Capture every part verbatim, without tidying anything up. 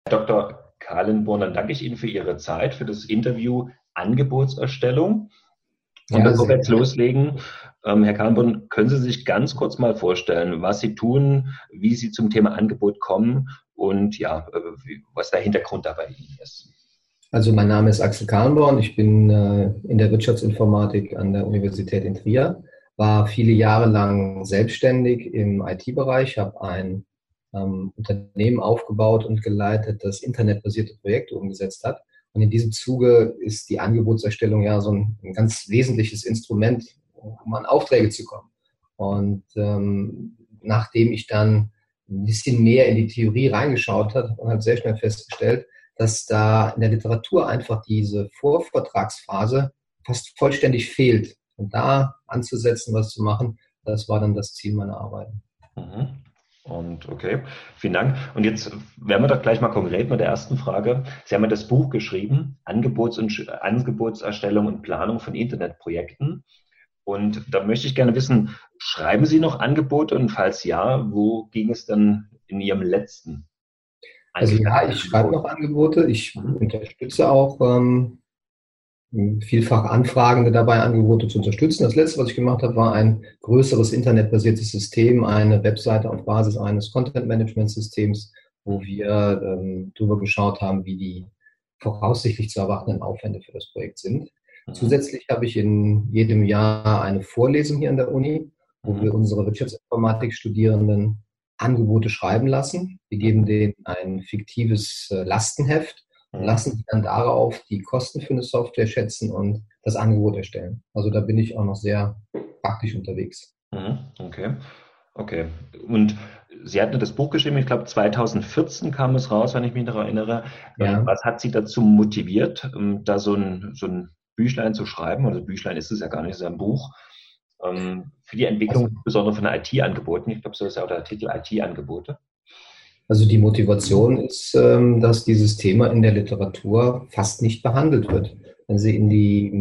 Herr Doktor Kahlenborn, dann danke ich Ihnen für Ihre Zeit, für das Interview Angebotserstellung. Und Ja, bevor wir sehr jetzt gerne. loslegen, ähm, Herr Kahlenborn, können Sie sich ganz kurz mal vorstellen, was Sie tun, wie Sie zum Thema Angebot kommen und ja, äh, wie, was der Hintergrund dabei Ihnen ist? Also mein Name ist Axel Kahnborn. Ich bin äh, in der Wirtschaftsinformatik an der Universität in Trier, war viele Jahre lang selbstständig im I T-Bereich, habe ein ähm, Unternehmen aufgebaut und geleitet, das internetbasierte Projekte umgesetzt hat. Und in diesem Zuge ist die Angebotserstellung ja so ein, ein ganz wesentliches Instrument, um an Aufträge zu kommen. Und ähm, nachdem ich dann ein bisschen mehr in die Theorie reingeschaut habe, und halt sehr schnell festgestellt, dass da in der Literatur einfach diese Vorvertragsphase fast vollständig fehlt. Und da anzusetzen, was zu machen, das war dann das Ziel meiner Arbeit. Mhm. Und okay, vielen Dank. Und jetzt werden wir doch gleich mal konkret mit der ersten Frage. Sie haben ja das Buch geschrieben, Angebots- und Angebotserstellung und Planung von Internetprojekten. Und da möchte ich gerne wissen, schreiben Sie noch Angebote und falls ja, wo ging es dann in Ihrem letzten Also ja, eingereichten ich schreibe Angebot? noch Angebote. Ich Mhm. unterstütze auch ähm, vielfach Anfragende dabei, Angebote zu unterstützen. Das letzte, was ich gemacht habe, war ein größeres internetbasiertes System, eine Webseite auf Basis eines Content-Management-Systems, wo wir ähm, drüber geschaut haben, wie die voraussichtlich zu erwartenden Aufwände für das Projekt sind. Mhm. Zusätzlich habe ich in jedem Jahr eine Vorlesung hier an der Uni, wo wir Mhm. unsere Wirtschaftsinformatik-Studierenden Angebote schreiben lassen. Wir geben Mhm. denen ein fiktives äh, Lastenheft und Mhm. lassen die dann darauf die Kosten für eine Software schätzen und das Angebot erstellen. Also da bin ich auch noch sehr praktisch unterwegs. Mhm. Okay. Okay. Und Sie hatten das Buch geschrieben, ich glaube zweitausendvierzehn kam es raus, wenn ich mich daran erinnere. Ähm, Ja, Was hat Sie dazu motiviert, ähm, da so ein, so ein Büchlein zu schreiben? Also Büchlein ist es ja gar nicht, es ist ja ein Buch. Ähm, Für die also, Entwicklung, insbesondere von I T-Angeboten. Ich glaube, so ist ja auch der Titel I T-Angebote. also die Motivation ist, ähm, dass dieses Thema in der Literatur fast nicht behandelt wird. Wenn Sie in die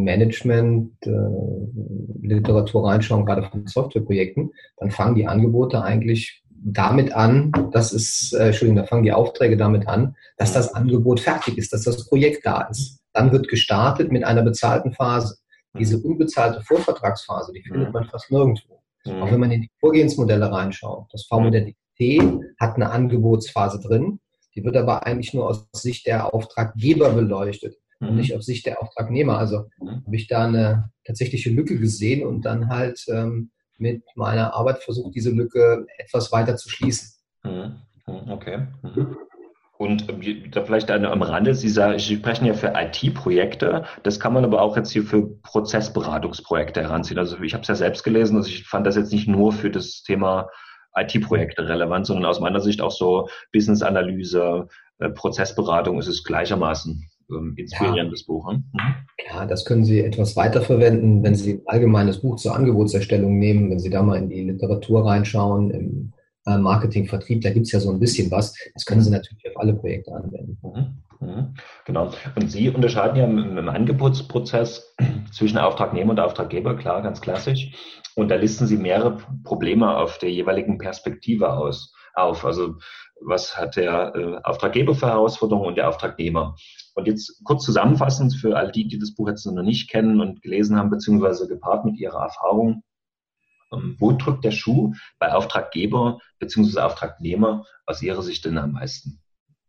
Management-Literatur reinschauen, gerade von Softwareprojekten, dann fangen die Angebote eigentlich damit an, dass es, äh, Entschuldigung, da fangen die Aufträge damit an, dass Mhm. das Angebot fertig ist, dass das Projekt da ist. Dann wird gestartet mit einer bezahlten Phase. Diese Mhm. unbezahlte Vorvertragsphase, die findet Mhm. man fast nirgendwo. Auch wenn Mhm. man in die Vorgehensmodelle reinschaut. Das Mhm. V-Modell D T hat eine Angebotsphase drin. Die wird aber eigentlich nur aus Sicht der Auftraggeber beleuchtet und nicht Mhm. aus Sicht der Auftragnehmer. Also Mhm. habe ich da eine tatsächliche Lücke gesehen und dann halt ähm, mit meiner Arbeit versucht, diese Lücke etwas weiter zu schließen. Mhm. Mhm. Okay. Mhm. Und ähm, je- da vielleicht eine am Rande, Sie sagen, Sie sprechen ja für I T-Projekte, das kann man aber auch jetzt hier für Prozessberatungsprojekte heranziehen. Also ich habe es ja selbst gelesen, also ich fand das jetzt nicht nur für das Thema I T-Projekte relevant, sondern aus meiner Sicht auch so Business-Analyse, äh, Prozessberatung ist es gleichermaßen ähm, Ja, inspirierendes Buch. Hm? Mhm. klar, das können Sie etwas weiterverwenden, wenn Sie ein allgemeines Buch zur Angebotserstellung nehmen, wenn Sie da mal in die Literatur reinschauen, im äh, Marketing, Vertrieb, da gibt es ja so ein bisschen was. Das können Sie Mhm. natürlich auf alle Projekte anwenden. Mhm. Mhm. Genau. Und Sie unterscheiden ja im, im Angebotsprozess zwischen Auftragnehmer und Auftraggeber, klar, ganz klassisch. Und da listen Sie mehrere Probleme auf der jeweiligen Perspektive aus, auf. Also was hat der äh, Auftraggeber für Herausforderungen und der Auftragnehmer? Und jetzt kurz zusammenfassend für all die, die das Buch jetzt noch nicht kennen und gelesen haben, beziehungsweise gepaart mit ihrer Erfahrung, ähm, wo drückt der Schuh bei Auftraggeber beziehungsweise Auftragnehmer aus Ihrer Sicht denn am meisten?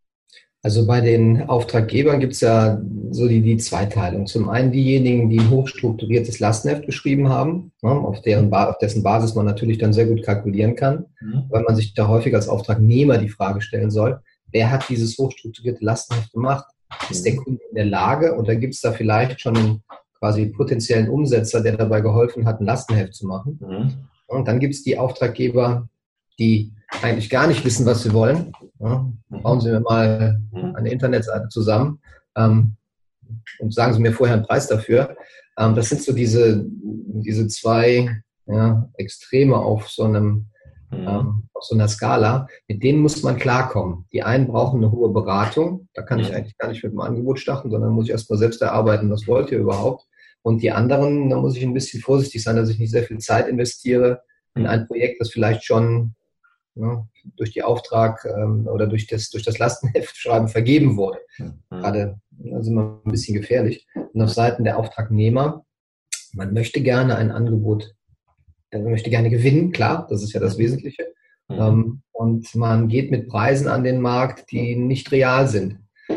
Also bei den Auftraggebern gibt es ja so die, die Zweiteilung. Zum einen diejenigen, die ein hochstrukturiertes Lastenheft geschrieben haben, ne, auf deren, Ba- auf dessen Basis man natürlich dann sehr gut kalkulieren kann, Mhm. weil man sich da häufig als Auftragnehmer die Frage stellen soll, wer hat dieses hochstrukturierte Lastenheft gemacht? Ist der Mhm. Kunde in der Lage? Oder gibt es da vielleicht schon einen quasi potenziellen Umsetzer, der dabei geholfen hat, ein Lastenheft zu machen? Mhm. Und dann gibt es die Auftraggeber, die eigentlich gar nicht wissen, was sie wollen. Ja, bauen Mhm. Sie mir mal Mhm. eine Internetseite zusammen ähm, und sagen Sie mir vorher einen Preis dafür. Ähm, das sind so diese, diese zwei ja, Extreme auf so einem Mhm. ähm, auf so einer Skala. Mit denen muss man klarkommen. Die einen brauchen eine hohe Beratung. Da kann ich Mhm. eigentlich gar nicht mit dem Angebot starten, sondern muss ich erst mal selbst erarbeiten, was wollt ihr überhaupt. Und die anderen, da muss ich ein bisschen vorsichtig sein, dass ich nicht sehr viel Zeit investiere in Mhm. ein Projekt, das vielleicht schon ne, durch die Auftrag ähm, oder durch das, durch das Lastenheftschreiben vergeben wurde. Mhm. Gerade, da sind wir ein bisschen gefährlich. Und auf Seiten der Auftragnehmer, man möchte gerne ein Angebot, man möchte gerne gewinnen, klar, das ist ja das Wesentliche. Mhm. Ähm, und man geht mit Preisen an den Markt, die nicht real sind.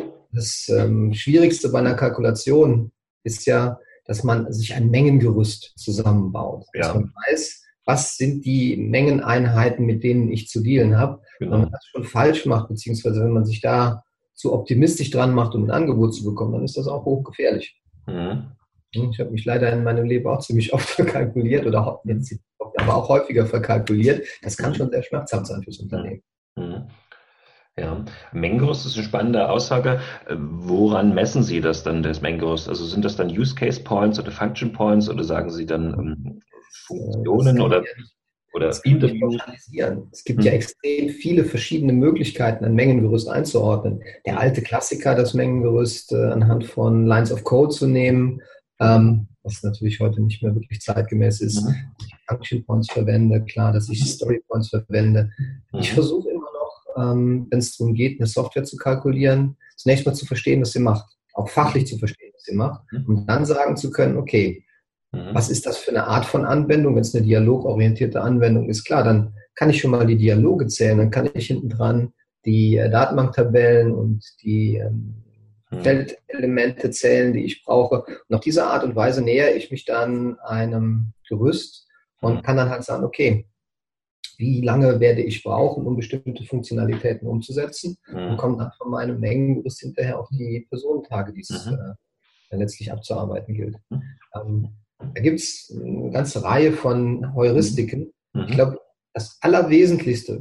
Das ähm, Schwierigste bei einer Kalkulation ist ja, dass man sich ein Mengengerüst zusammenbaut. Ja. Dass man weiß, was sind die Mengeneinheiten, mit denen ich zu dealen habe. Genau. Wenn man das schon falsch macht, beziehungsweise wenn man sich da zu optimistisch dran macht, um ein Angebot zu bekommen, dann ist das auch hochgefährlich. Mhm. Ich habe mich leider in meinem Leben auch ziemlich oft verkalkuliert oder jetzt, aber auch häufiger verkalkuliert. Das kann schon sehr schmerzhaft sein fürs Unternehmen. Mhm. Ja, Mengengerüst ist eine spannende Aussage. Woran messen Sie das dann, das Mengengerüst? Also sind das dann Use Case Points oder Function Points oder sagen Sie dann ähm, Funktionen oder, ja oder Interviews? Es gibt hm. ja extrem viele verschiedene Möglichkeiten, ein Mengengerüst einzuordnen. Der alte Klassiker, das Mengengerüst äh, anhand von Lines of Code zu nehmen, ähm, was natürlich heute nicht mehr wirklich zeitgemäß ist. Mhm. Dass ich Function Points verwende, klar, dass ich Story Points verwende. Mhm. Ich versuche immer noch, ähm, wenn es darum geht, eine Software zu kalkulieren, zunächst mal zu verstehen, was sie macht. Auch fachlich zu verstehen, was sie macht. Mhm. Und dann sagen zu können, okay, mhm. was ist das für eine Art von Anwendung? Wenn es eine dialogorientierte Anwendung ist, klar, dann kann ich schon mal die Dialoge zählen. Dann kann ich hinten dran die äh, Datenbanktabellen und die ähm, Feldelemente zählen, die ich brauche. Und auf diese Art und Weise nähere ich mich dann einem Gerüst und kann dann halt sagen, okay, wie lange werde ich brauchen, um bestimmte Funktionalitäten umzusetzen mhm. und komme dann von meinem Mengengerüst hinterher auf die Personentage, die es mhm. äh, letztlich abzuarbeiten gilt. Mhm. Ähm, da gibt es eine ganze Reihe von Heuristiken. Mhm. Ich glaube, das Allerwesentlichste,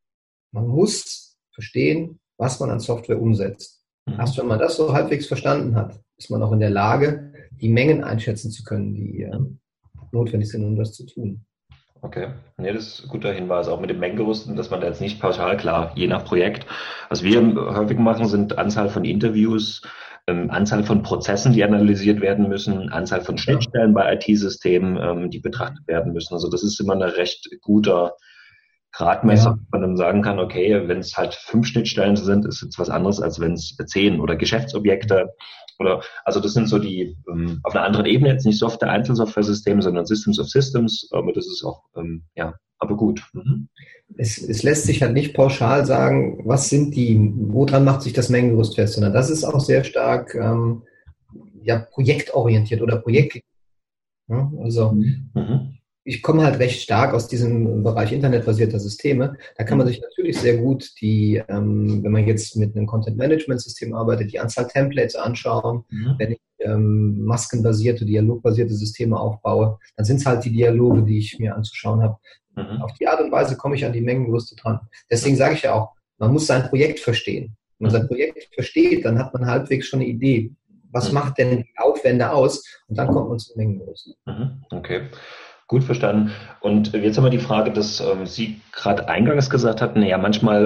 man muss verstehen, was man an Software umsetzt. Erst wenn man das so halbwegs verstanden hat, ist man auch in der Lage, die Mengen einschätzen zu können, die äh, notwendig sind, um das zu tun. Okay, nee, das ist ein guter Hinweis, auch mit dem Mengengerüsten, dass man da jetzt nicht pauschal, klar, je nach Projekt. Was wir häufig machen, sind Anzahl von Interviews, ähm, Anzahl von Prozessen, die analysiert werden müssen, Anzahl von Schnittstellen bei I T-Systemen, ähm, die betrachtet werden müssen. Also das ist immer ein recht guter Gradmesser, ja. man dann sagen kann, okay, wenn es halt fünf Schnittstellen sind, ist jetzt was anderes, als wenn es zehn oder Geschäftsobjekte oder, also das sind so die, ähm, auf einer anderen Ebene, jetzt nicht Software, Einzelsoftware-Systeme, sondern Systems of Systems, aber das ist auch, ähm, ja, aber gut. Mhm. Es, es lässt sich halt nicht pauschal sagen, was sind die, woran macht sich das Mengengerüst fest, sondern das ist auch sehr stark, ähm, ja, projektorientiert oder Projekt, ja, also, mhm. Ich komme halt recht stark aus diesem Bereich internetbasierter Systeme. Da kann man sich natürlich sehr gut die, ähm, wenn man jetzt mit einem Content-Management-System arbeitet, die Anzahl Templates anschauen. Mhm. Wenn ich ähm, maskenbasierte, dialogbasierte Systeme aufbaue, dann sind es halt die Dialoge, die ich mir anzuschauen habe. Mhm. Auf die Art und Weise komme ich an die Mengengerüste dran. Deswegen sage ich ja auch, man muss sein Projekt verstehen. Wenn man sein Projekt versteht, dann hat man halbwegs schon eine Idee. Was mhm. macht denn die Aufwände aus? Und dann kommt man zum Mengengerüst. Mhm. Okay. Gut verstanden. Und jetzt haben wir die Frage, dass ähm, Sie gerade eingangs gesagt hatten, ja, manchmal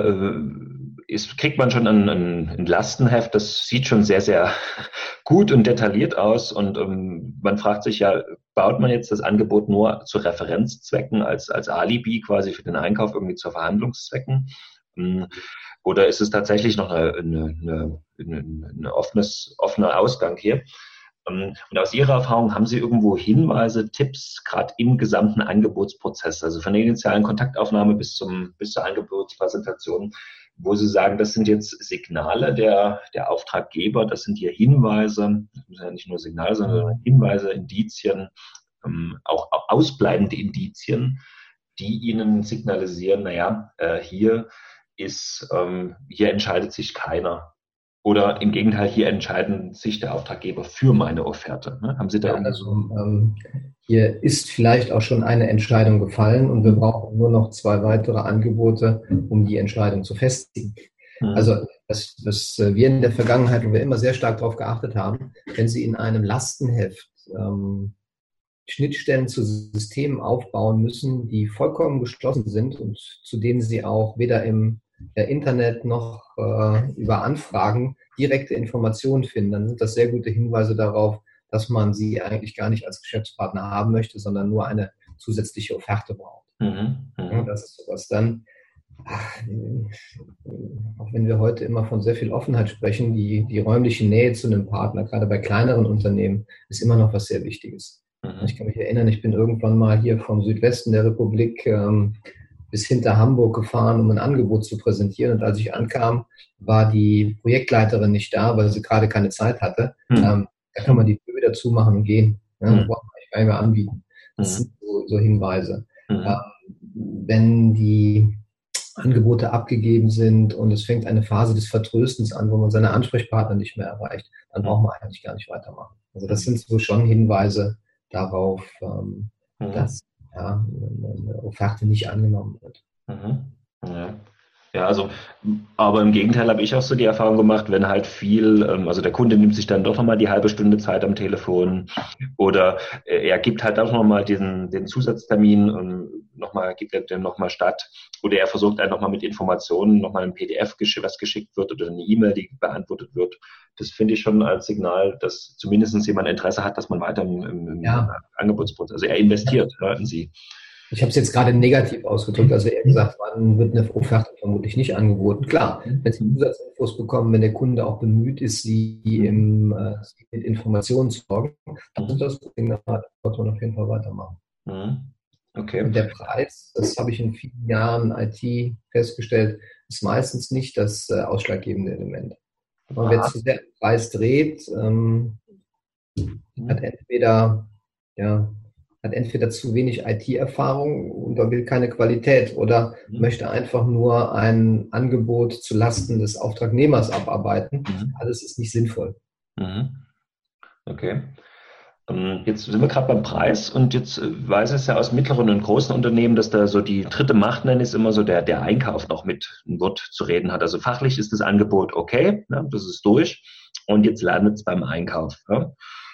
äh, ist, kriegt man schon ein, ein, ein Lastenheft, das sieht schon sehr, sehr gut und detailliert aus und ähm, man fragt sich ja, baut man jetzt das Angebot nur zu Referenzzwecken, als, als Alibi quasi für den Einkauf, irgendwie zu Verhandlungszwecken? Ähm, oder ist es tatsächlich noch eine, eine, eine, eine, eine offenes, offener Ausgang hier? Und aus Ihrer Erfahrung, haben Sie irgendwo Hinweise, Tipps, gerade im gesamten Angebotsprozess, also von der initialen Kontaktaufnahme bis zum bis zur Angebotspräsentation, wo Sie sagen, das sind jetzt Signale der, der Auftraggeber, das sind hier Hinweise, das sind ja nicht nur Signale, sondern Hinweise, Indizien, ähm, auch, auch ausbleibende Indizien, die Ihnen signalisieren, naja, äh, hier ist, ähm, hier entscheidet sich keiner. Oder im Gegenteil, hier entscheiden sich der Auftraggeber für meine Offerte. Ne? Haben Sie da ja, also, ähm, hier ist vielleicht auch schon eine Entscheidung gefallen und wir brauchen nur noch zwei weitere Angebote, um die Entscheidung zu festigen. Mhm. Also was, was wir in der Vergangenheit, wo wir immer sehr stark darauf geachtet haben, wenn Sie in einem Lastenheft ähm, Schnittstellen zu Systemen aufbauen müssen, die vollkommen geschlossen sind und zu denen Sie auch weder im der Internet noch äh, über Anfragen direkte Informationen finden, dann sind das sehr gute Hinweise darauf, dass man sie eigentlich gar nicht als Geschäftspartner haben möchte, sondern nur eine zusätzliche Offerte braucht. Mhm, ja, das ist sowas. Dann Ach, auch wenn wir heute immer von sehr viel Offenheit sprechen, die, die räumliche Nähe zu einem Partner, gerade bei kleineren Unternehmen, ist immer noch was sehr Wichtiges. Mhm. Ich kann mich erinnern, ich bin irgendwann mal hier vom Südwesten der Republik ähm, bis hinter Hamburg gefahren, um ein Angebot zu präsentieren. Und als ich ankam, war die Projektleiterin nicht da, weil sie gerade keine Zeit hatte. Mhm. Ähm, da kann man die Tür wieder zumachen und gehen. Ja, Mhm. das braucht man eigentlich gar nicht mehr anbieten. Das Mhm. sind so, so Hinweise. Mhm. Ähm, wenn die Angebote abgegeben sind und es fängt eine Phase des Vertröstens an, wo man seine Ansprechpartner nicht mehr erreicht, dann braucht man eigentlich gar nicht weitermachen. Also das sind so schon Hinweise darauf, ähm, Mhm. dass ja, eine Offerte nicht angenommen wird. Mhm. Ja. Ja, also, aber im Gegenteil habe ich auch so die Erfahrung gemacht, wenn halt viel, ähm, also der Kunde nimmt sich dann doch nochmal die halbe Stunde Zeit am Telefon oder äh, er gibt halt auch nochmal diesen, den Zusatztermin und nochmal, gibt er den nochmal statt oder er versucht einen nochmal mit Informationen, nochmal ein P D F, gesch- was geschickt wird oder eine E-Mail, die beantwortet wird. Das finde ich schon als Signal, dass zumindest jemand Interesse hat, dass man weiter im, im, im Ja. Angebotsprozess, also er investiert ja, in sie. Ich habe es jetzt gerade negativ ausgedrückt, also eher gesagt, wann wird eine Offerte vermutlich nicht angeboten. Klar, wenn Sie Zusatzinfos bekommen, wenn der Kunde auch bemüht ist, Sie im, äh, mit Informationen zu sorgen, dann ist das Ding, da sollte man auf jeden Fall weitermachen. Okay. Und der Preis, das habe ich in vielen Jahren I T festgestellt, ist meistens nicht das äh, ausschlaggebende Element. Und wer zu sehr den Preis dreht, ähm, hat entweder ja, hat entweder zu wenig I T-Erfahrung und will keine Qualität oder mhm. möchte einfach nur ein Angebot zu Lasten des Auftragnehmers abarbeiten. Mhm. Alles ist nicht sinnvoll. Mhm. Okay. Jetzt sind wir gerade beim Preis und jetzt weiß es ja aus mittleren und großen Unternehmen, dass da so die dritte Macht, nenne ich es immer so, der, der Einkauf noch mit ein Wort zu reden hat. Also fachlich ist das Angebot okay, ne, das ist durch und jetzt landet es beim Einkauf. Ja,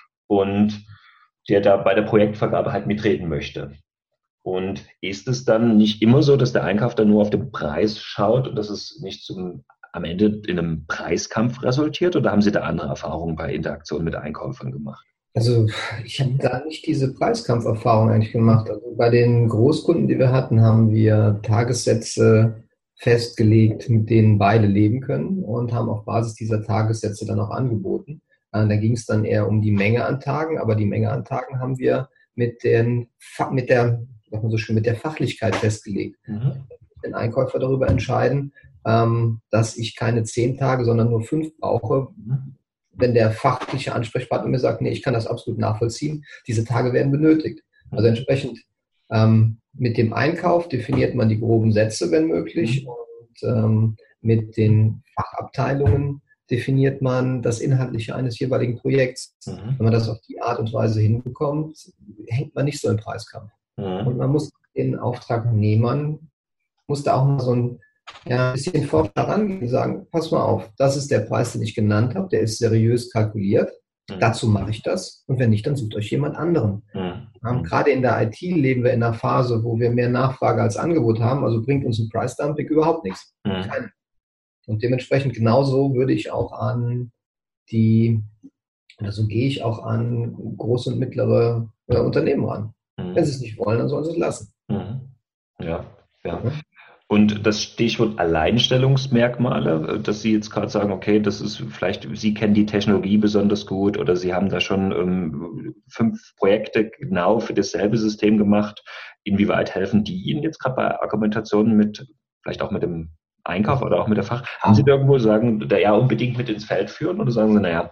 und der da bei der Projektvergabe halt mitreden möchte. Und ist es dann nicht immer so, dass der Einkauf dann nur auf den Preis schaut und dass es nicht zum, am Ende in einem Preiskampf resultiert? Oder haben Sie da andere Erfahrungen bei Interaktionen mit Einkäufern gemacht? Also ich habe da nicht diese Preiskampferfahrung eigentlich gemacht. Also bei den Großkunden, die wir hatten, haben wir Tagessätze festgelegt, mit denen beide leben können und haben auf Basis dieser Tagessätze dann auch angeboten. Da ging es dann eher um die Menge an Tagen, aber die Menge an Tagen haben wir mit, den, mit, der, sagt man so schön, mit der Fachlichkeit festgelegt. Mhm. Den Einkäufer darüber entscheiden, ähm, dass ich keine zehn Tage, sondern nur fünf brauche. Mhm. Wenn der fachliche Ansprechpartner mir sagt, nee, ich kann das absolut nachvollziehen, diese Tage werden benötigt. Also entsprechend ähm, mit dem Einkauf definiert man die groben Sätze, wenn möglich, und ähm, mit den Fachabteilungen definiert man das Inhaltliche eines jeweiligen Projekts. Mhm. Wenn man das auf die Art und Weise hinbekommt, hängt man nicht so im Preiskampf. Mhm. Und man muss den Auftragnehmern, muss da auch mal so ein ja, ein bisschen Vorschlag rangehen und sagen, pass mal auf, das ist der Preis, den ich genannt habe, der ist seriös kalkuliert, mhm. dazu mache ich das und wenn nicht, dann sucht euch jemand anderen. Mhm. Ähm, gerade in der I T leben wir in einer Phase, wo wir mehr Nachfrage als Angebot haben, also bringt uns ein Price Dumping überhaupt nichts. Mhm. Kein. Und dementsprechend genauso würde ich auch an die, oder so gehe ich auch an große und mittlere äh, Unternehmen ran. Mhm. Wenn sie es nicht wollen, dann sollen sie es lassen. Mhm. Ja, ja. Mhm. Und das Stichwort Alleinstellungsmerkmale, dass Sie jetzt gerade sagen, okay, das ist vielleicht, Sie kennen die Technologie besonders gut oder Sie haben da schon ähm, fünf Projekte genau für dasselbe System gemacht. Inwieweit helfen die Ihnen jetzt gerade bei Argumentationen mit, vielleicht auch mit dem Einkauf oder auch mit der Fach? Haben Sie da irgendwo sagen, da ja unbedingt mit ins Feld führen oder sagen Sie, naja?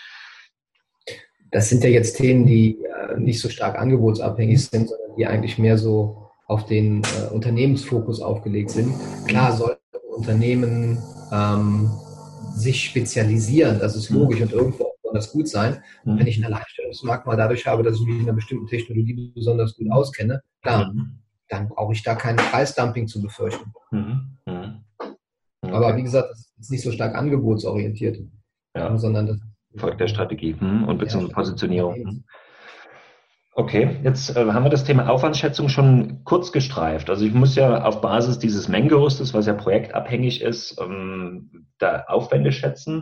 Das sind ja jetzt Themen, die äh, nicht so stark angebotsabhängig sind, sondern die eigentlich mehr so auf den äh, Unternehmensfokus aufgelegt sind. Klar sollten Unternehmen ähm, sich spezialisieren, das ist logisch und irgendwo auch besonders gut sein. Und wenn ich ein Alleinstellungsmerkmal dadurch habe, dass ich mich in einer bestimmten Technologie besonders gut auskenne, klar, mhm. dann brauche ich da kein Preisdumping zu befürchten. Mhm. Mhm. Okay. Aber wie gesagt, das ist nicht so stark angebotsorientiert, ja. sondern das folgt der Strategie hm, und beziehungsweise ja, Positionierung. Hm. Okay, jetzt äh, haben wir das Thema Aufwandsschätzung schon kurz gestreift. Also ich muss ja auf Basis dieses Mengengerüstes, was ja projektabhängig ist, ähm, da Aufwände schätzen.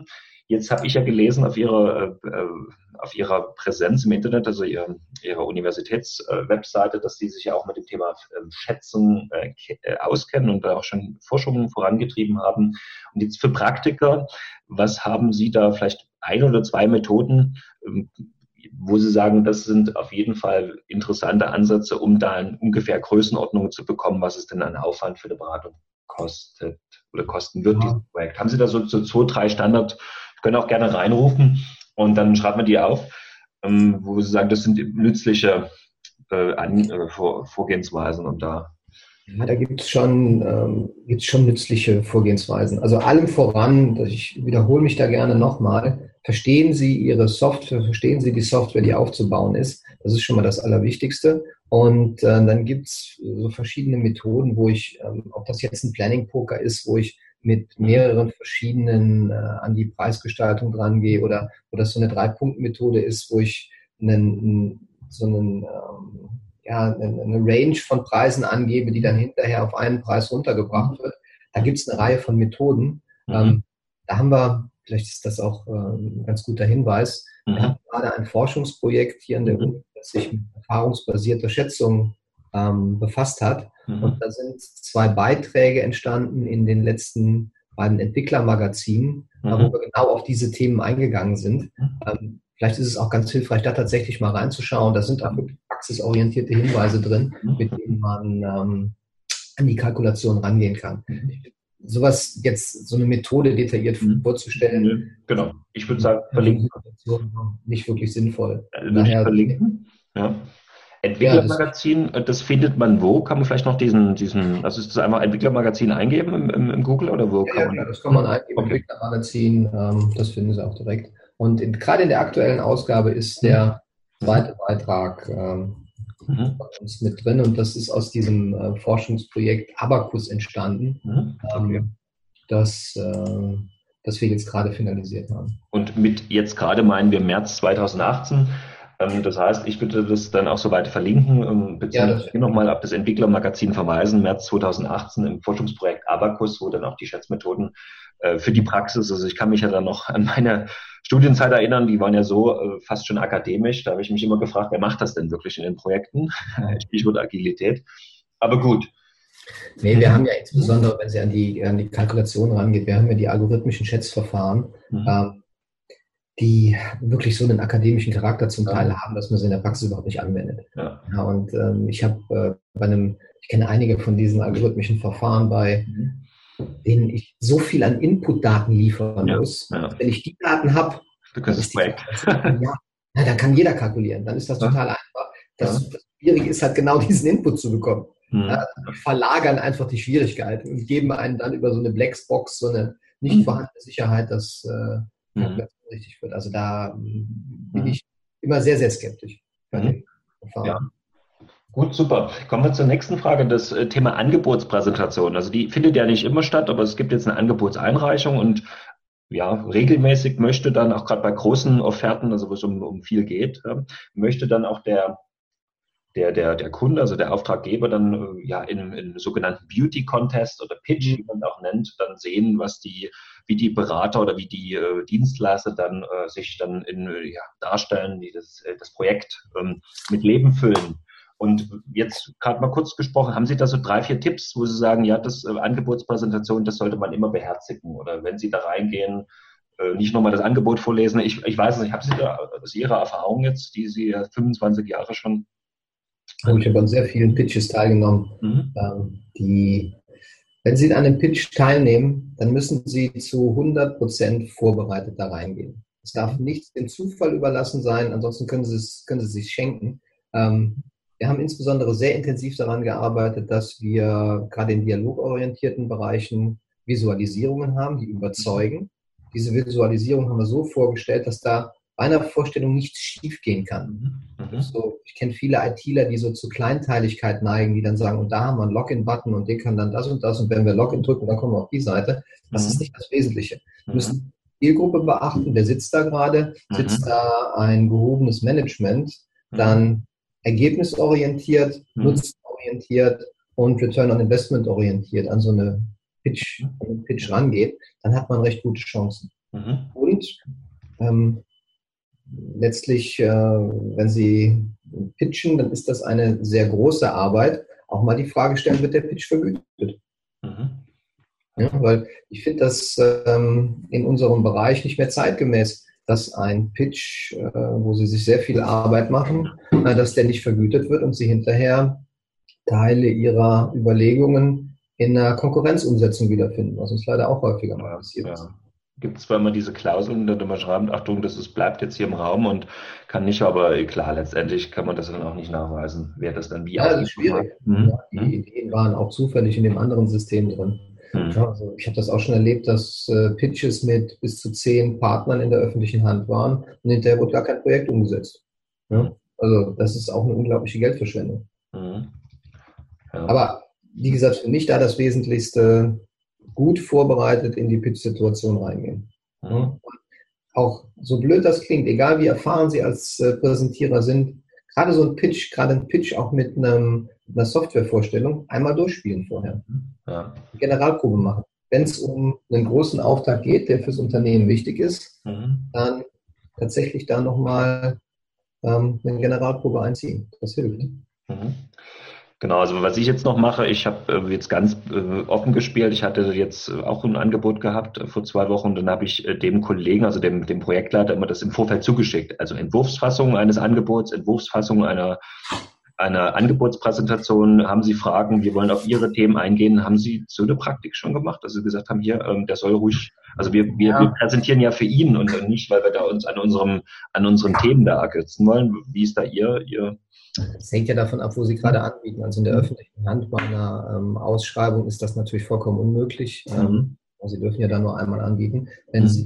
Jetzt habe ich ja gelesen auf Ihrer, äh, auf Ihrer Präsenz im Internet, also Ihrer, Ihrer Universitätswebseite, dass Sie sich ja auch mit dem Thema äh, Schätzen äh, auskennen und da auch schon Forschungen vorangetrieben haben. Und jetzt für Praktiker, was haben Sie da vielleicht ein oder zwei Methoden, ähm, wo Sie sagen, das sind auf jeden Fall interessante Ansätze, um da eine ungefähr Größenordnung zu bekommen, was es denn an Aufwand für eine Beratung kostet oder kosten wird, ja, dieses Projekt. Haben Sie da so, so zwei, drei Standard, können auch gerne reinrufen und dann schreiben wir die auf, ähm, wo Sie sagen, das sind nützliche äh, An, äh, Vor, Vorgehensweisen und da. Ja, da gibt es schon, ähm, gibt's schon nützliche Vorgehensweisen. Also allem voran, ich wiederhole mich da gerne nochmal, verstehen Sie Ihre Software, verstehen Sie die Software, die aufzubauen ist. Das ist schon mal das Allerwichtigste. Und äh, dann gibt es so verschiedene Methoden, wo ich, ähm, ob das jetzt ein Planning-Poker ist, wo ich mit mehreren verschiedenen äh, an die Preisgestaltung dran gehe oder wo das so eine Drei-Punkt-Methode ist, wo ich einen, so einen ähm, ja, eine Range von Preisen angebe, die dann hinterher auf einen Preis runtergebracht wird. Da gibt es eine Reihe von Methoden. Mhm. Ähm, da haben wir, vielleicht ist das auch äh, ein ganz guter Hinweis, mhm. wir haben gerade ein Forschungsprojekt hier an der Uni, das sich mit erfahrungsbasierter Schätzung ähm, befasst hat. Mhm. Und da sind zwei Beiträge entstanden in den letzten beiden Entwicklermagazinen, mhm. wo wir genau auf diese Themen eingegangen sind. Ähm, Vielleicht ist es auch ganz hilfreich, da tatsächlich mal reinzuschauen. Da sind auch wirklich praxisorientierte Hinweise drin, mit denen man ähm, an die Kalkulation rangehen kann. Sowas jetzt, so eine Methode detailliert vorzustellen. Genau. Ich würde sagen, verlinken. Nicht wirklich sinnvoll. Würde ich verlinken. Ja. Entwicklermagazin, ja, das, das findet man wo? Kann man vielleicht noch diesen, diesen, also ist das einfach Entwicklermagazin eingeben im, im, im Google oder wo? Ja, kann man ja, das kann man eingeben. Okay. Entwicklermagazin, ähm, das finden Sie auch direkt. Und in, gerade in der aktuellen Ausgabe ist der zweite Beitrag ähm, mhm. bei uns mit drin und das ist aus diesem äh, Forschungsprojekt Abacus entstanden, mhm. okay. ähm, das, äh, das wir jetzt gerade finalisiert haben. Und mit jetzt gerade meinen wir März zweitausendachtzehn. Ähm, das heißt, ich würde das dann auch so weiter verlinken, ähm, beziehungsweise ja, nochmal auf das Entwicklermagazin verweisen, März zweitausendachtzehn im Forschungsprojekt Abacus, wo dann auch die Schätzmethoden äh, für die Praxis, also ich kann mich ja dann noch an meine Studienzeit erinnern, die waren ja so äh, fast schon akademisch. Da habe ich mich immer gefragt, wer macht das denn wirklich in den Projekten? Stichwort Agilität. Aber gut. Nee, wir haben ja insbesondere, wenn Sie an die, an die Kalkulation rangeht, wir haben ja die algorithmischen Schätzverfahren, mhm. ähm, die wirklich so einen akademischen Charakter zum Teil ja. haben, dass man sie in der Praxis überhaupt nicht anwendet. Ja. Ja, und ähm, ich habe äh, bei einem, ich kenne einige von diesen algorithmischen Verfahren bei mhm. denen ich so viel an Inputdaten liefern ja, muss. Ja. Wenn ich die Daten habe, dann, ja, dann kann jeder kalkulieren. Dann ist das ja. total einfach. Das, ja. das Schwierige ist halt genau diesen Input zu bekommen. Mhm. Ja, die verlagern einfach die Schwierigkeit und geben einen dann über so eine Blackbox so eine nicht mhm. vorhandene Sicherheit, dass äh, mhm. richtig wird. Also da mhm. bin ich immer sehr, sehr skeptisch bei mhm. den Verfahren. Ja. Gut, super. Kommen wir zur nächsten Frage, das Thema Angebotspräsentation. Also die findet ja nicht immer statt, aber es gibt jetzt eine Angebotseinreichung und ja, regelmäßig möchte dann auch gerade bei großen Offerten, also wo es um, um viel geht, ja, möchte dann auch der der der der Kunde, also der Auftraggeber dann ja in, in sogenannten Beauty Contest oder Pitch, wie man auch nennt, dann sehen, was die wie die Berater oder wie die äh, Dienstleister dann äh, sich dann in ja, darstellen, die das äh, das Projekt ähm, mit Leben füllen. Und jetzt gerade mal kurz gesprochen, haben Sie da so drei, vier Tipps, wo Sie sagen, ja, das äh, Angebotspräsentation, das sollte man immer beherzigen? Oder wenn Sie da reingehen, äh, nicht nochmal das Angebot vorlesen. Ich, ich weiß nicht, haben Sie da aus Ihrer Erfahrung jetzt, die Sie ja fünfundzwanzig Jahre schon... Oh, ich habe an sehr vielen Pitches teilgenommen. Mhm. Ähm, die, wenn Sie an einem Pitch teilnehmen, dann müssen Sie zu hundert Prozent vorbereitet da reingehen. Es darf nichts dem Zufall überlassen sein, ansonsten können Sie es, können Sie es sich schenken. Ähm, Wir haben insbesondere sehr intensiv daran gearbeitet, dass wir gerade in dialogorientierten Bereichen Visualisierungen haben, die überzeugen. Diese Visualisierung haben wir so vorgestellt, dass da bei einer Vorstellung nichts schiefgehen kann. Mhm. So, ich kenne viele ITler, die so zu Kleinteiligkeit neigen, die dann sagen, und da haben wir einen Login-Button und der kann dann das und das und wenn wir Login drücken, dann kommen wir auf die Seite. Das mhm. ist nicht das Wesentliche. Wir müssen die Zielgruppe beachten, wer sitzt da gerade, sitzt mhm. da ein gehobenes Management, dann ergebnisorientiert, mhm. nutzenorientiert und Return on Investment orientiert an so eine Pitch, an einen Pitch rangeht, dann hat man recht gute Chancen. Mhm. Und ähm, letztlich, äh, wenn Sie pitchen, dann ist das eine sehr große Arbeit. Auch mal die Frage stellen, wird der Pitch vergütet? Mhm. Ja, weil ich finde das ähm, in unserem Bereich nicht mehr zeitgemäß, dass ein Pitch, äh, wo Sie sich sehr viel Arbeit machen, äh, dass der nicht vergütet wird und Sie hinterher Teile Ihrer Überlegungen in einer Konkurrenzumsetzung wiederfinden, was uns leider auch häufiger mal Ja, passiert ist. ja. Gibt es zwar immer diese Klauseln, da man schreibt, Achtung, das ist, bleibt jetzt hier im Raum und kann nicht, aber äh, klar, letztendlich kann man das dann auch nicht nachweisen, wer das dann wie Ja, das ist ausgegeben hat. schwierig. Ja, Mhm. die Ideen waren auch zufällig in dem anderen System drin. Ja, Mhm. also ich habe das auch schon erlebt, dass äh, Pitches mit bis zu zehn Partnern in der öffentlichen Hand waren und hinterher wurde gar kein Projekt umgesetzt. Mhm. Ja, also das ist auch eine unglaubliche Geldverschwendung. Mhm. Ja. Aber wie gesagt, für mich da das Wesentlichste, gut vorbereitet in die Pitch-Situation reingehen. Mhm. Ja, auch so blöd das klingt, egal wie erfahren Sie als äh, Präsentierer sind, gerade so ein Pitch, gerade ein Pitch auch mit einem, einer Softwarevorstellung, einmal durchspielen vorher. Ja. Generalprobe machen. Wenn es um einen großen Auftrag geht, der fürs Unternehmen wichtig ist, Mhm. dann tatsächlich da nochmal ähm, eine Generalprobe einziehen. Das hilft. Mhm. Genau, also was ich jetzt noch mache, ich habe äh, jetzt ganz äh, offen gespielt. Ich hatte jetzt äh, auch ein Angebot gehabt äh, vor zwei Wochen. Dann habe ich äh, dem Kollegen, also dem, dem Projektleiter, immer das im Vorfeld zugeschickt. Also Entwurfsfassung eines Angebots, Entwurfsfassung einer, einer Angebotspräsentation. Haben Sie Fragen? Wir wollen auf Ihre Themen eingehen. Haben Sie so eine Praktik schon gemacht, dass Sie gesagt haben, hier, ähm, der soll ruhig, also wir, wir, wir Ja, präsentieren ja für ihn und, und nicht, weil wir da uns an unserem, an unseren Themen da ergötzen wollen. Wie ist da Ihr, Ihr es hängt ja davon ab, wo Sie gerade anbieten. Also in der öffentlichen Hand bei einer ähm, Ausschreibung ist das natürlich vollkommen unmöglich. Ähm, Mhm. Sie dürfen ja da nur einmal anbieten. Wenn Mhm. Sie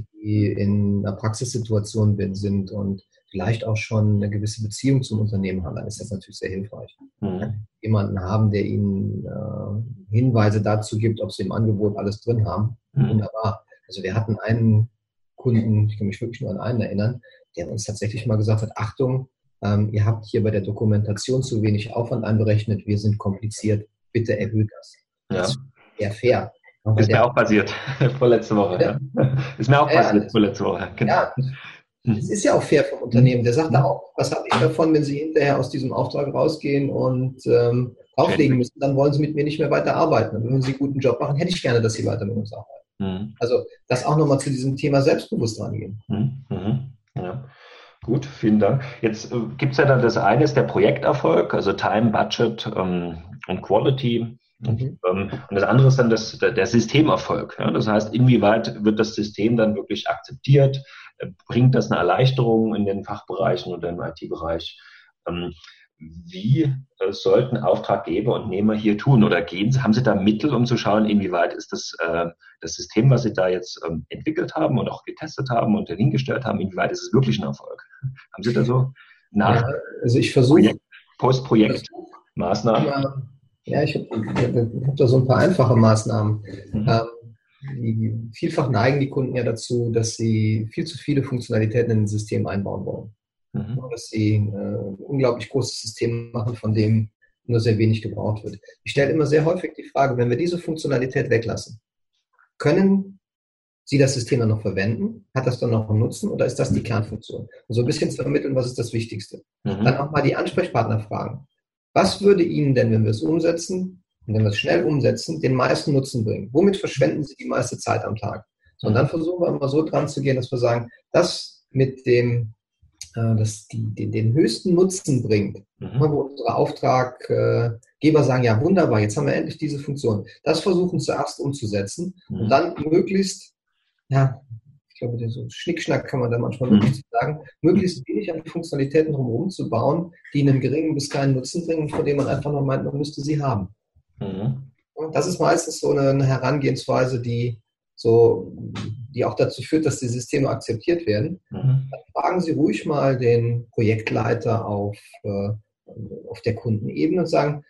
in einer Praxissituation sind und vielleicht auch schon eine gewisse Beziehung zum Unternehmen haben, dann ist das natürlich sehr hilfreich. Mhm. Jemanden haben, der Ihnen äh, Hinweise dazu gibt, ob Sie im Angebot alles drin haben. Mhm. Wunderbar. Also wir hatten einen Kunden, ich kann mich wirklich nur an einen erinnern, der uns tatsächlich mal gesagt hat, Achtung, ähm, ihr habt hier bei der Dokumentation zu wenig Aufwand einberechnet, wir sind kompliziert, bitte erhöht das. Das Ja. ist eher fair. Aber Ist mir der, auch passiert, vorletzte Woche, ja. Ist mir auch ja, passiert, vorletzte Woche, genau. ja, es Mhm. ist ja auch fair vom Unternehmen. Der sagt da Mhm. auch, was habe ich davon, wenn Sie hinterher aus diesem Auftrag rausgehen und ähm, drauflegen Schädlich. müssen, dann wollen Sie mit mir nicht mehr weiterarbeiten. Und wenn Sie einen guten Job machen, hätte ich gerne, dass Sie weiter mit uns arbeiten. Mhm. Also das auch nochmal zu diesem Thema selbstbewusst rangehen. Mhm. Mhm. Ja. Gut, vielen Dank. Jetzt äh, gibt es ja dann das eine ist der Projekterfolg, also Time, Budget ähm, und Quality. Und, Mhm. ähm, und das andere ist dann das, der, der Systemerfolg. Ja? Das heißt, inwieweit wird das System dann wirklich akzeptiert? Äh, bringt das eine Erleichterung in den Fachbereichen oder im I T-Bereich? Ähm, wie äh, sollten Auftraggeber und Nehmer hier tun? Oder gehen Sie, haben Sie da Mittel, um zu schauen, inwieweit ist das, äh, das System, was Sie da jetzt ähm, entwickelt haben und auch getestet haben und hingestellt haben, inwieweit ist es wirklich ein Erfolg? Haben Sie da so nach Ja, also ich versuche Projekt, Postprojekt versuch Maßnahmen? immer, ja, ich habe hab da so ein paar einfache Maßnahmen. Mhm. Ähm, die, vielfach neigen die Kunden ja dazu, dass sie viel zu viele Funktionalitäten in ein System einbauen wollen. Mhm. Dass sie äh, ein unglaublich großes System machen, von dem nur sehr wenig gebraucht wird. Ich stelle immer sehr häufig die Frage, wenn wir diese Funktionalität weglassen, können Sie das System dann noch verwenden? Hat das dann noch einen Nutzen oder ist das die Kernfunktion? Und so ein bisschen zu vermitteln, was ist das Wichtigste. Dann Mhm. auch mal die Ansprechpartner fragen. Was würde Ihnen denn, wenn wir es umsetzen, und wenn wir es schnell umsetzen, den meisten Nutzen bringen? Womit verschwenden Sie die meiste Zeit am Tag? So, und dann Mhm. versuchen wir immer so dran zu gehen, dass wir sagen, das mit dem äh, das die, den, den höchsten Nutzen bringt, Mhm. wo unsere Auftraggeber sagen, ja wunderbar, jetzt haben wir endlich diese Funktion. Das versuchen zuerst umzusetzen und Mhm. dann möglichst, ja, ich glaube, so Schnickschnack kann man da manchmal wirklich Mhm. zu sagen, möglichst wenig an Funktionalitäten drumherum zu bauen, die einen geringen bis keinen Nutzen bringen, von dem man einfach nur meint, man müsste sie haben. Mhm. Und das ist meistens so eine, eine Herangehensweise, die so, die auch dazu führt, dass die Systeme akzeptiert werden. Mhm. Fragen Sie ruhig mal den Projektleiter auf, äh, auf der Kundenebene und sagen,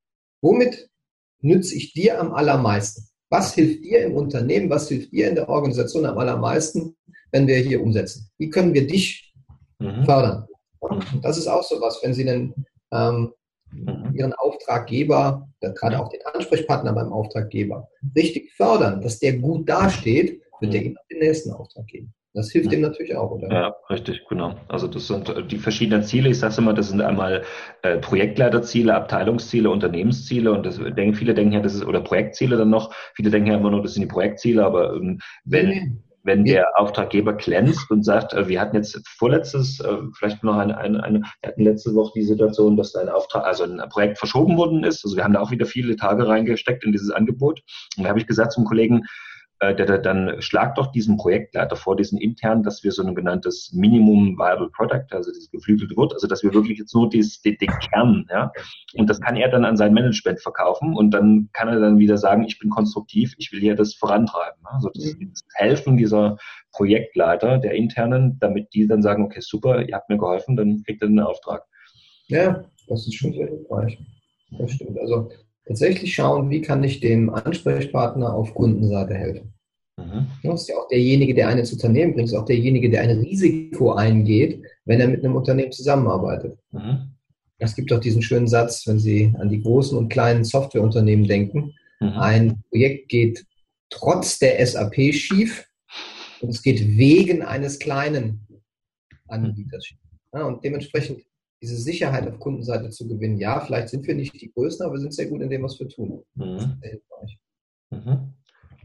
womit nütze ich dir am allermeisten? Was hilft dir im Unternehmen, was hilft dir in der Organisation am allermeisten, wenn wir hier umsetzen? Wie können wir dich Mhm. fördern? Und das ist auch so was, wenn Sie einen, ähm, Mhm. Ihren Auftraggeber, gerade auch den Ansprechpartner beim Auftraggeber, richtig fördern, dass der gut dasteht, wird der Ihnen den nächsten Auftrag geben. Das hilft dem natürlich auch, oder? Ja, richtig, genau. Also das sind die verschiedenen Ziele. Ich sage immer, das sind einmal äh, Projektleiterziele, Abteilungsziele, Unternehmensziele und das denken, viele denken ja, das ist, oder Projektziele dann noch, viele denken ja immer nur, das sind die Projektziele, aber ähm, wenn, nee, nee. wenn der Auftraggeber glänzt und sagt, äh, wir hatten jetzt vorletztes, äh, vielleicht noch eine, eine, eine, wir hatten letzte Woche die Situation, dass ein Auftrag, also ein Projekt verschoben worden ist. Also wir haben da auch wieder viele Tage reingesteckt in dieses Angebot. Und da habe ich gesagt zum Kollegen, Der, der, dann schlag doch diesen Projektleiter vor, diesen internen, dass wir so ein genanntes Minimum Viable Product, also dieses geflügelte Wort, also dass wir wirklich jetzt nur dieses, den, den Kern, ja, und das kann er dann an sein Management verkaufen und dann kann er dann wieder sagen, ich bin konstruktiv, ich will hier das vorantreiben. Also das, das Helfen dieser Projektleiter, der internen, damit die dann sagen, okay, super, ihr habt mir geholfen, dann kriegt er einen Auftrag. Ja, das ist schon sehr hilfreich. Das stimmt. Also tatsächlich schauen, wie kann ich dem Ansprechpartner auf Kundenseite helfen. Mhm. Das ist ja auch derjenige, der einen ins Unternehmen bringt, ist auch derjenige, der ein Risiko eingeht, wenn er mit einem Unternehmen zusammenarbeitet. Mhm. Es gibt auch diesen schönen Satz, wenn Sie an die großen und kleinen Softwareunternehmen denken, mhm. ein Projekt geht trotz der S A P schief und es geht wegen eines kleinen Anbieters schief. Ja, und dementsprechend diese Sicherheit auf Kundenseite zu gewinnen. Ja, vielleicht sind wir nicht die Größten, aber wir sind sehr gut in dem, was wir tun. Das ist sehr hilfreich. Mhm.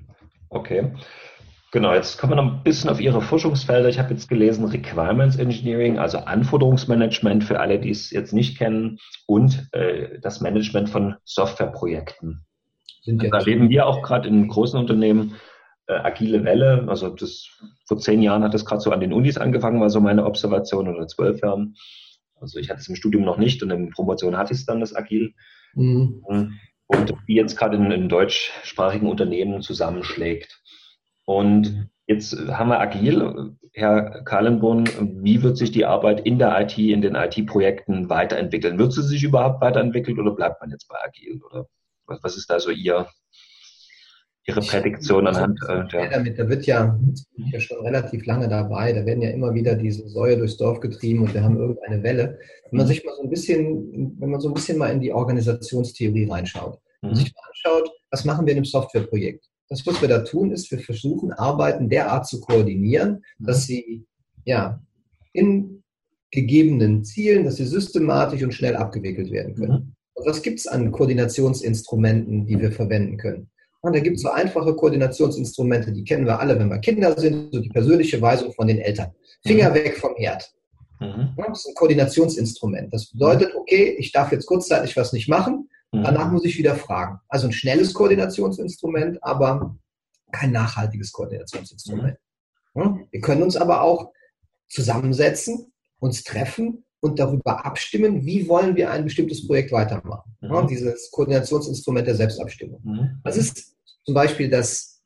Okay. Genau, jetzt kommen wir noch ein bisschen auf Ihre Forschungsfelder. Ich habe jetzt gelesen Requirements Engineering, also Anforderungsmanagement für alle, die es jetzt nicht kennen, und äh, das Management von Softwareprojekten. Sind da erleben wir auch gerade in großen Unternehmen äh, agile Welle. Also das vor zehn Jahren hat das gerade so an den Unis angefangen, war so meine Observation, oder zwölf Jahren. Also ich hatte es im Studium noch nicht und in der Promotion hatte ich es dann, das Agil. Mhm. Und wie jetzt gerade in, in deutschsprachigen Unternehmen zusammenschlägt. Und jetzt haben wir Agil. Herr Kallenbrunn, wie wird sich die Arbeit in der I T, in den I T-Projekten weiterentwickeln? Wird sie sich überhaupt weiterentwickeln oder bleibt man jetzt bei Agil? Oder was, was ist da so Ihr, Ihre Prädiktion anhand? Äh, ja. Damit, da wird ja, ja schon relativ lange dabei, da werden ja immer wieder diese Säue durchs Dorf getrieben und wir haben irgendeine Welle. Wenn man sich mal so ein bisschen, wenn man so ein bisschen mal in die Organisationstheorie reinschaut und mhm. sich mal anschaut, was machen wir in einem Softwareprojekt? Das, was wir da tun, ist, wir versuchen, Arbeiten derart zu koordinieren, mhm. dass sie ja in gegebenen Zielen, dass sie systematisch und schnell abgewickelt werden können. Mhm. Und was gibt es an Koordinationsinstrumenten, die wir verwenden können? Und da gibt es so einfache Koordinationsinstrumente, die kennen wir alle, wenn wir Kinder sind, so die persönliche Weisung von den Eltern. Finger mhm. weg vom Herd. Mhm. Das ist ein Koordinationsinstrument. Das bedeutet, okay, ich darf jetzt kurzzeitig was nicht machen, mhm. danach muss ich wieder fragen. Also ein schnelles Koordinationsinstrument, aber kein nachhaltiges Koordinationsinstrument. Mhm. Wir können uns aber auch zusammensetzen, uns treffen und darüber abstimmen, wie wollen wir ein bestimmtes Projekt weitermachen. Mhm. Ja, dieses Koordinationsinstrument der Selbstabstimmung. Mhm. Das ist zum Beispiel das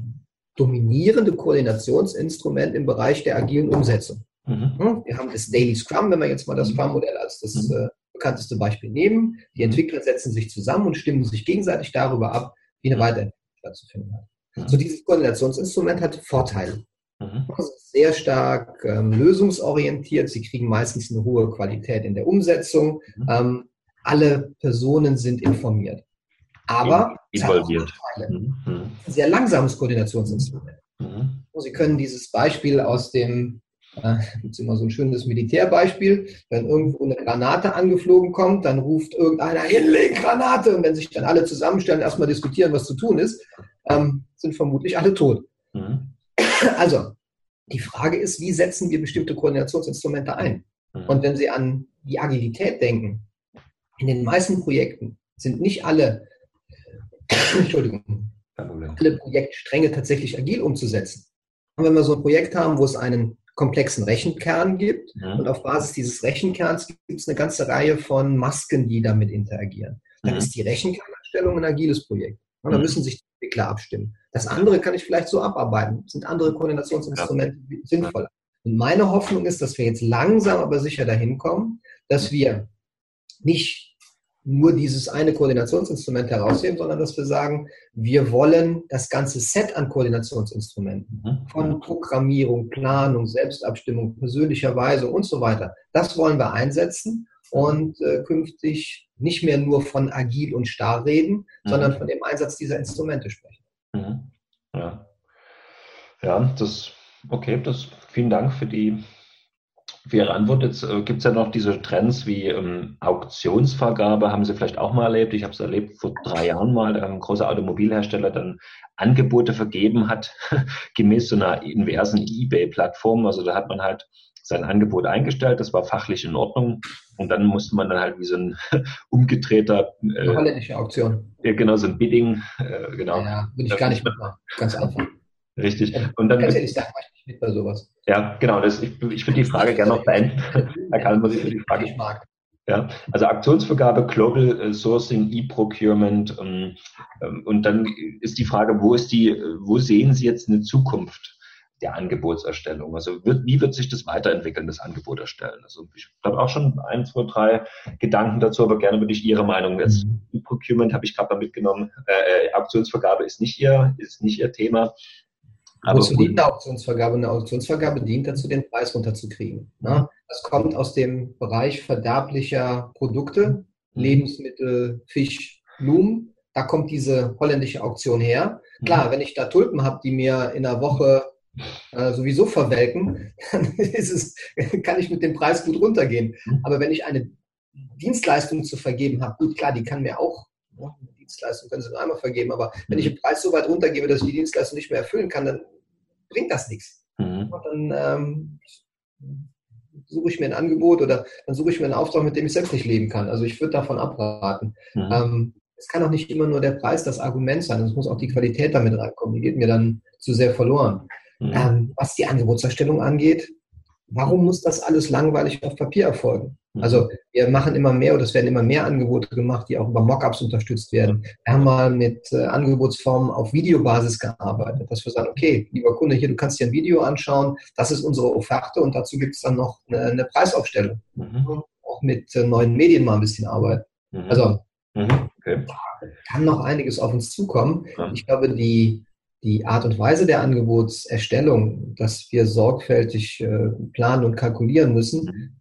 dominierende Koordinationsinstrument im Bereich der agilen Umsetzung. Mhm. Ja, wir haben das Daily Scrum, wenn wir jetzt mal das Scrum-Modell als das mhm. äh, bekannteste Beispiel nehmen. Die Entwickler setzen sich zusammen und stimmen sich gegenseitig darüber ab, wie eine Weiterentwicklung stattzufinden hat. Mhm. So dieses Koordinationsinstrument hat Vorteile. Das ist sehr stark ähm, lösungsorientiert. Sie kriegen meistens eine hohe Qualität in der Umsetzung. Mhm. Ähm, alle Personen sind informiert. Aber involviert. Mhm. Ein sehr langsames Koordinationsinstrument. Mhm. Sie können dieses Beispiel aus dem, äh, gibt es immer so ein schönes Militärbeispiel, wenn irgendwo eine Granate angeflogen kommt, dann ruft irgendeiner, hinlegen Granate. Und wenn sich dann alle zusammenstellen, erstmal diskutieren, was zu tun ist, ähm, sind vermutlich alle tot. Mhm. Also, die Frage ist, wie setzen wir bestimmte Koordinationsinstrumente ein? Mhm. Und wenn Sie an die Agilität denken, in den meisten Projekten sind nicht alle, Entschuldigung, alle Projektstränge tatsächlich agil umzusetzen. Und wenn wir so ein Projekt haben, wo es einen komplexen Rechenkern gibt mhm. und auf Basis dieses Rechenkerns gibt es eine ganze Reihe von Masken, die damit interagieren, dann mhm. ist die Rechenkernanstellung ein agiles Projekt. Und da müssen sich die Entwickler abstimmen. Das andere kann ich vielleicht so abarbeiten. Sind andere Koordinationsinstrumente ja. sinnvoller? Und meine Hoffnung ist, dass wir jetzt langsam, aber sicher dahin kommen, dass wir nicht nur dieses eine Koordinationsinstrument herausheben, sondern dass wir sagen, wir wollen das ganze Set an Koordinationsinstrumenten von Programmierung, Planung, Selbstabstimmung, persönlicher Weisung und so weiter, das wollen wir einsetzen und äh, künftig nicht mehr nur von agil und starr reden, mhm. sondern von dem Einsatz dieser Instrumente sprechen. Mhm. Ja. Ja, das, okay, das, vielen Dank für die, für Ihre Antwort. Jetzt äh, gibt es ja noch diese Trends wie ähm, Auktionsvergabe, haben Sie vielleicht auch mal erlebt. Ich habe es erlebt vor drei Jahren mal, da ein großer Automobilhersteller dann Angebote vergeben hat, gemäß so einer inversen eBay-Plattform. Also da hat man halt sein Angebot eingestellt, das war fachlich in Ordnung. Und dann musste man dann halt wie so ein umgedrehter, Eine äh, holländische Auktion. ja, genau, so ein Bidding, äh, genau. Naja, würde ich Das gar ist nicht mitmachen. Ganz einfach. richtig. Also, Und dann ganz gibt ehrlich, da mache ich nicht mit bei sowas. ja, genau, das, ich, ich würde die Frage gerne noch beenden. Da kann man sich die Frage. Ich mag. Ja, also Aktionsvergabe, Global äh, Sourcing, E-Procurement ähm, ähm, und dann ist die Frage, wo ist die, äh, wo sehen Sie jetzt eine Zukunft der Angebotserstellung? Also wird, wie wird sich das weiterentwickeln, das Angebot erstellen? Also ich habe auch schon ein, zwei, drei Gedanken dazu, aber gerne würde ich Ihre Meinung jetzt. Mhm. E-Procurement habe ich gerade mal mitgenommen. Äh, Auktionsvergabe ist nicht Ihr, ist nicht Ihr Thema. Aber Wozu dient eine Auktionsvergabe? Eine Auktionsvergabe dient dazu, den Preis runterzukriegen. Ne? Das kommt aus dem Bereich verderblicher Produkte, Lebensmittel, Fisch, Blumen. Da kommt diese holländische Auktion her. Klar, wenn ich da Tulpen habe, die mir in einer Woche äh, sowieso verwelken, dann ist es, kann ich mit dem Preis gut runtergehen. Aber wenn ich eine Dienstleistung zu vergeben habe, gut, klar, die kann mir auch, ja, eine Dienstleistung können sie nur einmal vergeben, aber wenn ich den Preis so weit runtergebe, dass ich die Dienstleistung nicht mehr erfüllen kann, dann bringt das nichts. Mhm. Und dann ähm, suche ich mir ein Angebot oder dann suche ich mir einen Auftrag, mit dem ich selbst nicht leben kann. Also ich würde davon abraten. Mhm. Ähm, es kann auch nicht immer nur der Preis das Argument sein, es muss auch die Qualität damit reinkommen. Die geht mir dann zu sehr verloren. Mhm. Ähm, was die Angebotserstellung angeht, warum muss das alles langweilig auf Papier erfolgen? Also wir machen immer mehr oder es werden immer mehr Angebote gemacht, die auch über Mockups unterstützt werden. Wir haben mal mit äh, Angebotsformen auf Videobasis gearbeitet, dass wir sagen, okay, lieber Kunde, hier, du kannst dir ein Video anschauen, das ist unsere Offerte und dazu gibt es dann noch eine, eine Preisaufstellung. Mhm. Auch mit äh, neuen Medien mal ein bisschen arbeiten. Mhm. Also Mhm. Okay. kann noch einiges auf uns zukommen. Ja. Ich glaube, die Die Art und Weise der Angebotserstellung, dass wir sorgfältig äh, planen und kalkulieren müssen, Mhm.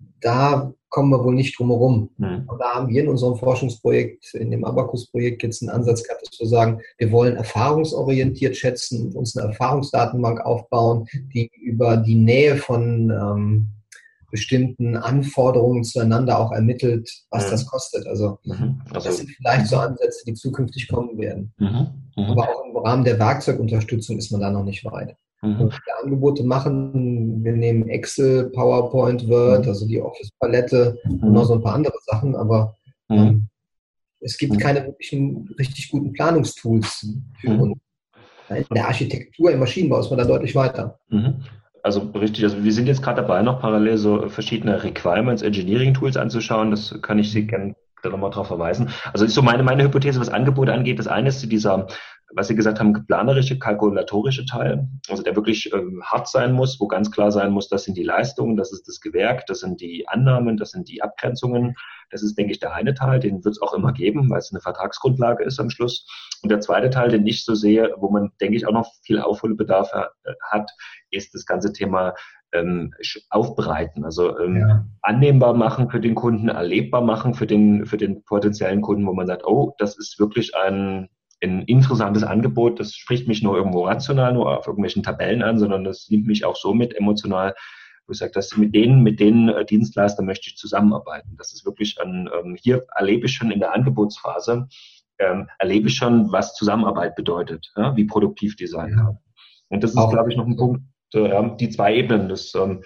da kommen wir wohl nicht drum herum. Mhm. Und da haben wir in unserem Forschungsprojekt, in dem Abacus-Projekt jetzt einen Ansatz gehabt, dass wir sagen, wir wollen erfahrungsorientiert schätzen, uns eine Erfahrungsdatenbank aufbauen, die über die Nähe von ähm, bestimmten Anforderungen zueinander auch ermittelt, was Mhm. das kostet. Also, Mhm. Also, das sind vielleicht so Ansätze, die zukünftig kommen werden. Mhm. Mhm. Aber auch im Rahmen der Werkzeugunterstützung ist man da noch nicht weit. Mhm. Und wir Angebote machen, wir nehmen Excel, PowerPoint, Word, also die Office-Palette und noch so ein paar andere Sachen, aber Mhm. ähm, es gibt keine wirklichen, richtig guten Planungstools für Mhm. uns. In der Architektur, im Maschinenbau ist man da deutlich weiter. Mhm. Also richtig, also wir sind jetzt gerade dabei, noch parallel so verschiedene Requirements Engineering Tools anzuschauen. Das kann ich Sie gerne da nochmal drauf verweisen. Also ist so meine, meine Hypothese, was Angebote angeht. Das eine ist dieser, was Sie gesagt haben, planerische, kalkulatorische Teil, also der wirklich ähm, hart sein muss, wo ganz klar sein muss, das sind die Leistungen, das ist das Gewerk, das sind die Annahmen, das sind die Abgrenzungen. Das ist, denke ich, der eine Teil, den wird es auch immer geben, weil es eine Vertragsgrundlage ist am Schluss. Und der zweite Teil, den ich so sehe, wo man, denke ich, auch noch viel Aufholbedarf hat, ist das ganze Thema ähm, aufbereiten, also ähm, Ja. annehmbar machen für den Kunden, erlebbar machen für den, für den potenziellen Kunden, wo man sagt, oh, das ist wirklich ein, ein interessantes Angebot, das spricht mich nur irgendwo rational, nur auf irgendwelchen Tabellen an, sondern das nimmt mich auch so mit emotional, wo ich sage, dass mit denen, mit den äh, Dienstleistern möchte ich zusammenarbeiten. Das ist wirklich ein, ähm, hier erlebe ich schon in der Angebotsphase, ähm, erlebe ich schon, was Zusammenarbeit bedeutet, ja, wie produktiv die sein kann. Und das ist, Auch, glaube ich, noch ein Punkt, äh, ja, die zwei Ebenen des, ähm,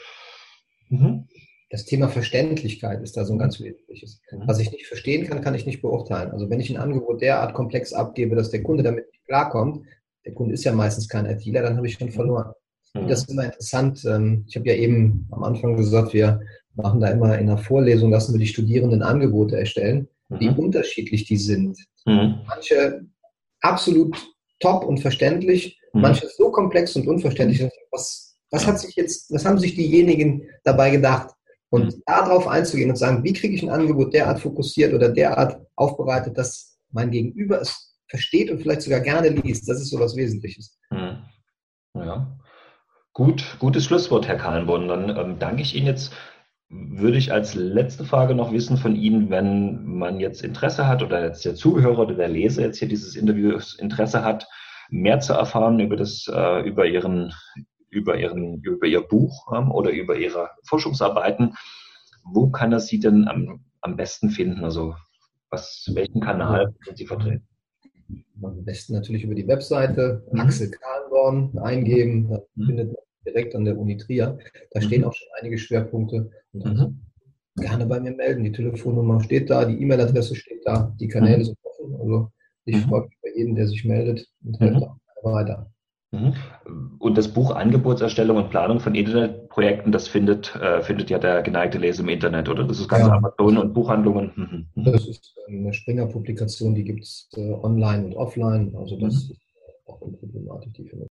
mhm. das Thema Verständlichkeit ist da so ein ganz wesentliches. Mhm. Was ich nicht verstehen kann, kann ich nicht beurteilen. Also wenn ich ein Angebot derart komplex abgebe, dass der Kunde damit nicht klarkommt, der Kunde ist ja meistens kein ITler, dann habe ich schon verloren. Mhm. Das ist immer interessant. Ich habe ja eben am Anfang gesagt, wir machen da immer in der Vorlesung, lassen wir die Studierenden Angebote erstellen, Mhm. wie unterschiedlich die sind. Mhm. Manche absolut top und verständlich, Mhm. manche so komplex und unverständlich. Was, was hat sich jetzt, was haben sich diejenigen dabei gedacht? Und Mhm. darauf einzugehen und sagen, wie kriege ich ein Angebot derart fokussiert oder derart aufbereitet, dass mein Gegenüber es versteht und vielleicht sogar gerne liest. Das ist so was Wesentliches. Mhm. Ja. Gut, gutes Schlusswort, Herr Kahlenborn. Dann ähm, danke ich Ihnen jetzt. Würde ich als letzte Frage noch wissen von Ihnen, wenn man jetzt Interesse hat oder jetzt der Zuhörer oder der Leser jetzt hier dieses Interviews Interesse hat, mehr zu erfahren über das, äh, über ihren, über ihren, über ihr Buch ähm, oder über ihre Forschungsarbeiten, wo kann er Sie denn am, am besten finden? Also was, welchen Kanal sind Sie vertreten? Am besten natürlich über die Webseite Mhm. Axel Kahnborn eingeben, da Mhm. findet man direkt an der Uni Trier. Da Mhm. stehen auch schon einige Schwerpunkte. Und dann Mhm. gerne bei mir melden. Die Telefonnummer steht da, die E-Mail-Adresse steht da, die Kanäle Mhm. sind offen. Also ich Mhm. freue mich bei jedem, der sich meldet und helfe Mhm. auch weiter. Mhm. Und das Buch Angebotserstellung und Planung von Internetprojekten, das findet, äh, findet ja der geneigte Leser im Internet, oder? Das ist ganze Ja, Amazon und Buchhandlungen. Mhm. Mhm. das ist eine Springer-Publikation, die gibt es äh, online und offline. Also das Mhm. ist auch unproblematisch, die findet